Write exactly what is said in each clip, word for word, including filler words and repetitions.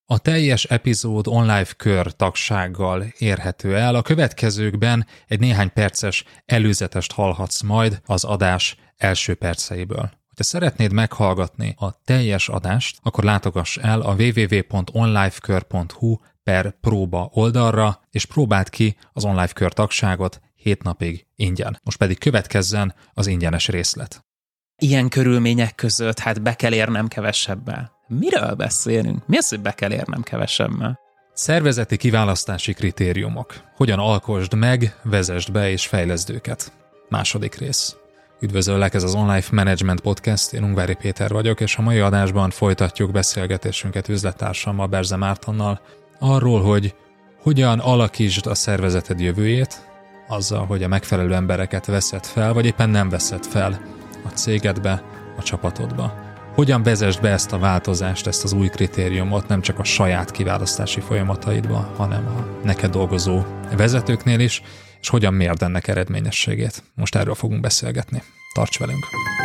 A teljes epizód online kör tagsággal érhető el. A következőkben egy néhány perces előzetest hallhatsz majd az adás első perceiből. Ha szeretnéd meghallgatni a teljes adást, akkor látogass el a www.onlifekör.hu per próba oldalra, és próbáld ki az online kör tagságot hét napig ingyen. Most pedig következzen az ingyenes részlet. Ilyen körülmények között hát be kell érnem kevesebbel. Miről beszélünk? Mi az, hogy be kell érnem kevesebbel? Szervezeti kiválasztási kritériumok. Hogyan alkosd meg, vezesd be és fejleszd őket. Második rész. Üdvözöllek, ez az Online Management Podcast, én Ungvári Péter vagyok, és a mai adásban folytatjuk beszélgetésünket üzlettársammal, Berze Mártonnal arról, hogy hogyan alakítsd a szervezeted jövőjét, azzal, hogy a megfelelő embereket veszed fel, vagy éppen nem veszed fel a cégedbe, a csapatodba. Hogyan vezesd be ezt a változást, ezt az új kritériumot nem csak a saját kiválasztási folyamataidba, hanem a neked dolgozó vezetőknél is, és hogyan mérd ennek eredményességét. Most erről fogunk beszélgetni. Tarts velünk!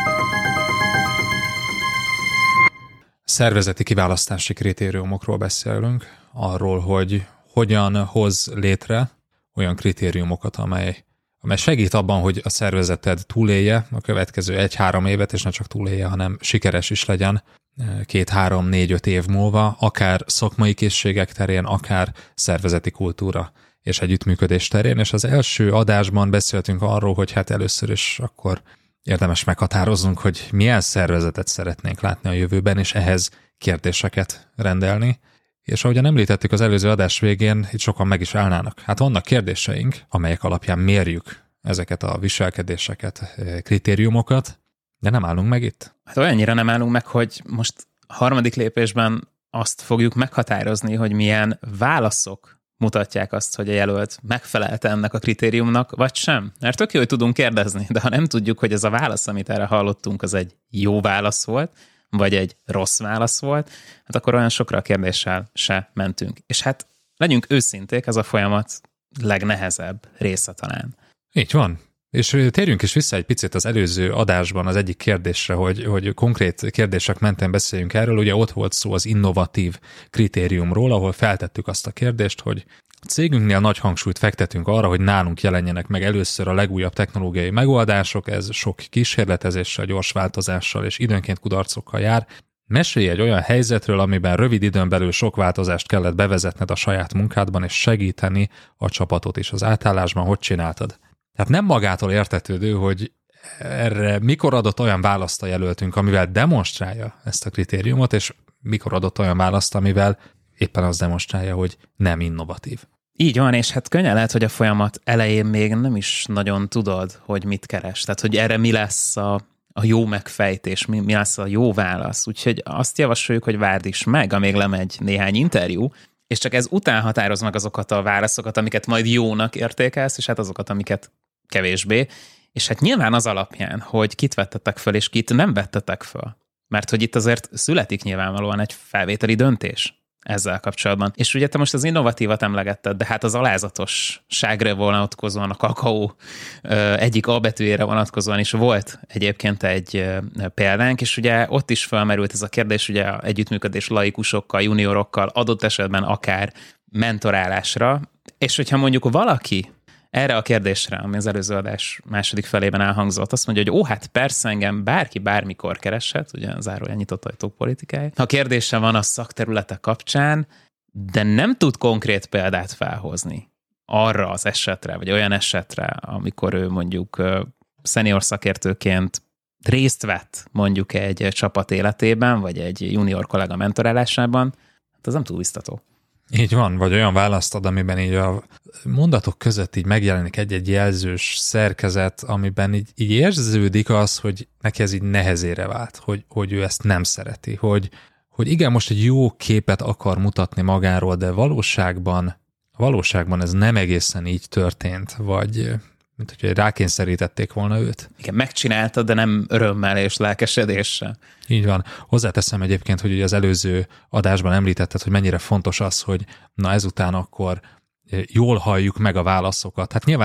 Szervezeti kiválasztási kritériumokról beszélünk, arról, hogy hogyan hoz létre olyan kritériumokat, amely, amely segít abban, hogy a szervezeted túlélje a következő egy-három évet, és ne csak túlélje, hanem sikeres is legyen két-három-négy-öt év múlva, akár szakmai készségek terén, akár szervezeti kultúra és együttműködés terén, és az első adásban beszéltünk arról, hogy hát először is akkor érdemes meghatároznunk, hogy milyen szervezetet szeretnénk látni a jövőben, és ehhez kérdéseket rendelni. És ahogyan említettük az előző adás végén, itt sokan meg is állnának. Hát vannak kérdéseink, amelyek alapján mérjük ezeket a viselkedéseket, kritériumokat, de nem állunk meg itt. Hát olyannyira nem állunk meg, hogy most a harmadik lépésben azt fogjuk meghatározni, hogy milyen válaszok mutatják azt, hogy a jelölt megfelelte ennek a kritériumnak, vagy sem. Mert tök jó, hogy tudunk kérdezni, de ha nem tudjuk, hogy ez a válasz, amit erre hallottunk, az egy jó válasz volt, vagy egy rossz válasz volt, hát akkor olyan sokra a kérdéssel se mentünk. És hát legyünk őszinték, ez a folyamat legnehezebb része talán. Így van. És térjünk is vissza egy picit az előző adásban az egyik kérdésre, hogy, hogy konkrét kérdések mentén beszéljünk erről. Ugye ott volt szó az innovatív kritériumról, ahol feltettük azt a kérdést, hogy a cégünknél nagy hangsúlyt fektetünk arra, hogy nálunk jelenjenek meg először a legújabb technológiai megoldások, ez sok kísérletezéssel, gyors változással és időnként kudarcokkal jár. Mesélj egy olyan helyzetről, amiben rövid időn belül sok változást kellett bevezetned a saját munkádban, és segíteni a csapatot is az átállásban. Hogy csináltad? Tehát nem magától értetődő, hogy erre mikor adott olyan választ a jelöltünk, amivel demonstrálja ezt a kritériumot, és mikor adott olyan választ, amivel éppen az demonstrálja, hogy nem innovatív. Így van, és hát könnyen lehet, hogy a folyamat elején még nem is nagyon tudod, hogy mit keres. Tehát, hogy erre mi lesz a, a jó megfejtés, mi, mi lesz a jó válasz. Úgyhogy azt javasoljuk, hogy várd is meg, amíg lemegy néhány interjú, és csak ez után határoz meg azokat a válaszokat, amiket majd jónak értékelsz, és hát azokat, amiket kevésbé. És hát nyilván az alapján, hogy kit vettetek föl, és kit nem vettetek föl. Mert hogy itt azért születik nyilvánvalóan egy felvételi döntés ezzel kapcsolatban. És ugye te most az innovatívat emlegetted, de hát az alázatosságra vonatkozóan, a kakaó egyik A betűjére vonatkozóan is volt egyébként egy példánk, és ugye ott is felmerült ez a kérdés, ugye együttműködés laikusokkal, juniorokkal, adott esetben akár mentorálásra, és hogyha mondjuk valaki erre a kérdésre, ami az előző adás második felében elhangzott, azt mondja, hogy ó, hát persze engem bárki bármikor kereshet, ugye zárójel nyitott ajtók politikája. Ha kérdése van a szakterülete kapcsán, de nem tud konkrét példát felhozni arra az esetre, vagy olyan esetre, amikor ő mondjuk szenior szakértőként részt vett mondjuk egy csapat életében, vagy egy junior kollega mentorálásában, hát az nem túl biztató. Így van, vagy olyan választ ad, amiben így a mondatok között így megjelenik egy-egy jelzős szerkezet, amiben így, így érződik az, hogy neki ez így nehezére vált, hogy, hogy ő ezt nem szereti, hogy, hogy igen, most egy jó képet akar mutatni magáról, de valóságban, valóságban ez nem egészen így történt, vagy mint hogy rákényszerítették volna őt. Igen, megcsináltad, de nem örömmel és lelkesedéssel. Így van. Hozzáteszem egyébként, hogy ugye az előző adásban említetted, hogy mennyire fontos az, hogy na ezután akkor jól halljuk meg a válaszokat. Hát nyilván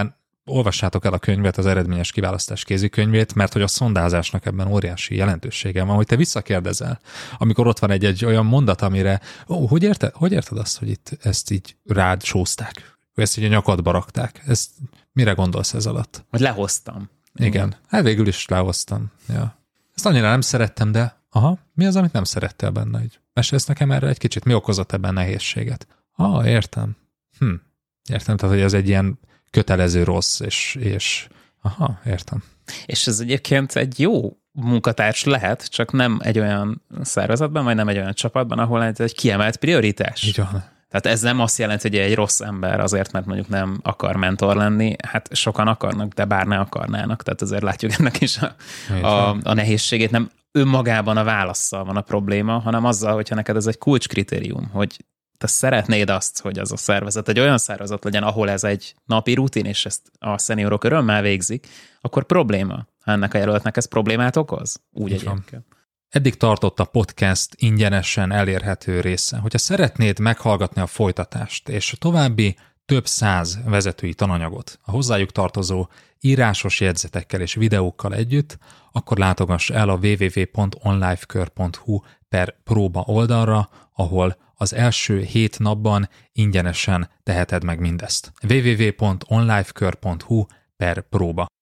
olvassátok el a könyvet, az eredményes kiválasztás kézikönyvét, mert hogy a szondázásnak ebben óriási jelentősége van, hogy te visszakérdezel, amikor ott van egy-egy olyan mondat, amire, ó, hogy érted, hogy érted azt, hogy itt ezt így rád sózták, hogy ezt így a nyakadba rakták? Ezt mire gondolsz ez alatt? Hogy lehoztam. Igen. Igen. Hát végül is lehoztam. Ja. Ezt annyira nem szerettem, de aha, mi az, amit nem szerettél benne? Így mesélsz nekem erre egy kicsit? Mi okozott ebben nehézséget? Ah, értem. Hm. Értem, tehát, hogy ez egy ilyen kötelező rossz, és, és aha, értem. És ez egyébként egy jó munkatárs lehet, csak nem egy olyan szervezetben, vagy nem egy olyan csapatban, ahol ez egy kiemelt prioritás. Így van. Tehát ez nem azt jelenti, hogy egy rossz ember azért, mert mondjuk nem akar mentor lenni, hát sokan akarnak, de bár ne akarnának, tehát azért látjuk ennek is a, a, a nehézségét. Nem önmagában a válasszal van a probléma, hanem azzal, hogyha neked ez egy kulcskritérium, hogy te szeretnéd azt, hogy az a szervezet egy olyan szervezet legyen, ahol ez egy napi rutin, és ezt a szeniorok örömmel végzik, akkor probléma. Ha ennek a jelöltnek ez problémát okoz? Úgy egyébként. Eddig tartott a podcast ingyenesen elérhető része. Hogyha szeretnéd meghallgatni a folytatást, és további több száz vezetői tananyagot a hozzájuk tartozó írásos jegyzetekkel és videókkal együtt, akkor látogass el a www pont onlifekör pont hu per próba oldalra, ahol az első hét napban ingyenesen teheted meg mindezt. www pont onlifekör pont hu per próba.